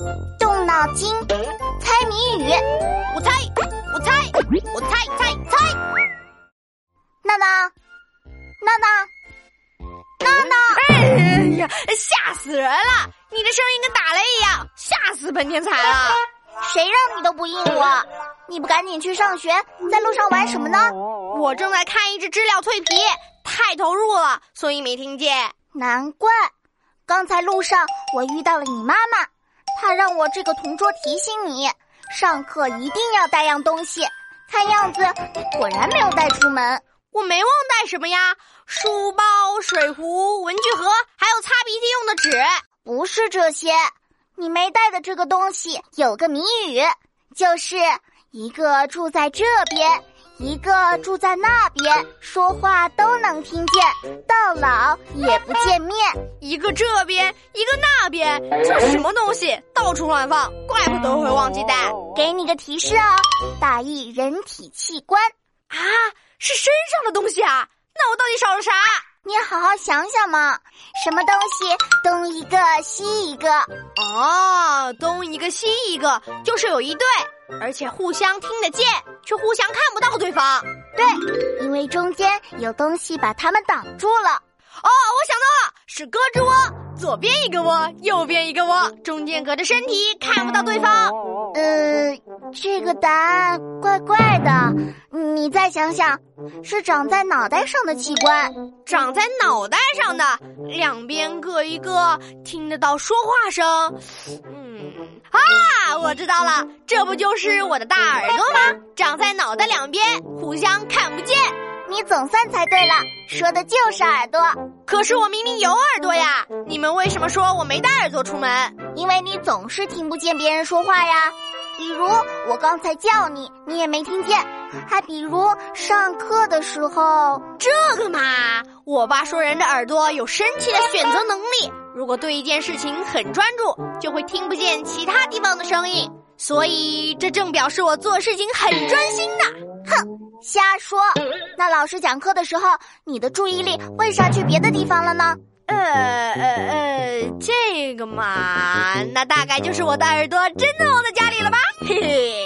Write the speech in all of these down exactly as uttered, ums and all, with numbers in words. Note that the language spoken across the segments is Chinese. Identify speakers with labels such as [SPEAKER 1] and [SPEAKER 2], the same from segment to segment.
[SPEAKER 1] 动脑筋，猜谜语。
[SPEAKER 2] 我猜，我猜，我猜猜猜。
[SPEAKER 1] 娜娜，娜娜，娜娜！
[SPEAKER 2] 哎呀，吓死人了！你的声音跟打雷一样，吓死本天才了。
[SPEAKER 1] 谁让你都不应我？你不赶紧去上学，在路上玩什么呢？
[SPEAKER 2] 我正在看一只知了蜕皮，太投入了，所以没听见。
[SPEAKER 1] 难怪，刚才路上我遇到了你妈妈，她让我这个同桌提醒你，上课一定要带样东西。看样子你果然没有带出门。
[SPEAKER 2] 我没忘带什么呀，书包、水壶、文具盒，还有擦鼻涕用的纸。
[SPEAKER 1] 不是这些，你没带的这个东西有个谜语，就是一个住在这边，一个住在那边，说话都能听见，到老也不见面。
[SPEAKER 2] 一个这边，一个那边，这什么东西？到处乱放，怪不得会忘记带。
[SPEAKER 1] 给你个提示哦，大意人体器官
[SPEAKER 2] 啊，是身上的东西啊？那我到底少了啥？
[SPEAKER 1] 你好好想想嘛，什么东西东一个西一个？
[SPEAKER 2] 哦，东一个西一个，就是有一对，而且互相听得见，却互相看不到对方。
[SPEAKER 1] 对，因为中间有东西把它们挡住了。
[SPEAKER 2] 哦，我想到了，是胳肢窝，左边一个窝，右边一个窝，中间隔着身体，看不到对方。
[SPEAKER 1] 呃，这个答案怪怪的，你再想想，是长在脑袋上的器官。
[SPEAKER 2] 长在脑袋上的，两边各一个，听得到说话声。嗯，啊，我知道了，这不就是我的大耳朵吗？长在脑袋两边，互相看不见。
[SPEAKER 1] 你总算猜对了，说的就是耳朵。
[SPEAKER 2] 可是我明明有耳朵呀，你们为什么说我没带耳朵出门？
[SPEAKER 1] 因为你总是听不见别人说话呀。比如我刚才叫你，你也没听见。还比如上课的时候。
[SPEAKER 2] 这个嘛，我爸说人的耳朵有神奇的选择能力，如果对一件事情很专注，就会听不见其他地方的声音。所以这正表示我做事情很专心呢。
[SPEAKER 1] 哼，瞎说！那老师讲课的时候，你的注意力为啥去别的地方了呢？
[SPEAKER 2] 呃呃呃，这个嘛，那大概就是我的耳朵真的忘在家里了吧？嘿嘿。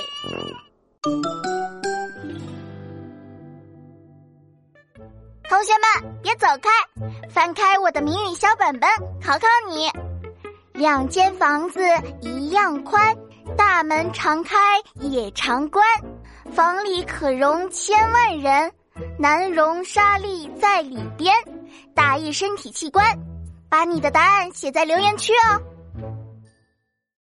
[SPEAKER 1] 同学们，别走开，翻开我的谜语小本本，考考你。两间房子一样宽，大门常开也常关，房里可容千万人，难容沙粒在里边。大意身体器官，把你的答案写在留言区哦。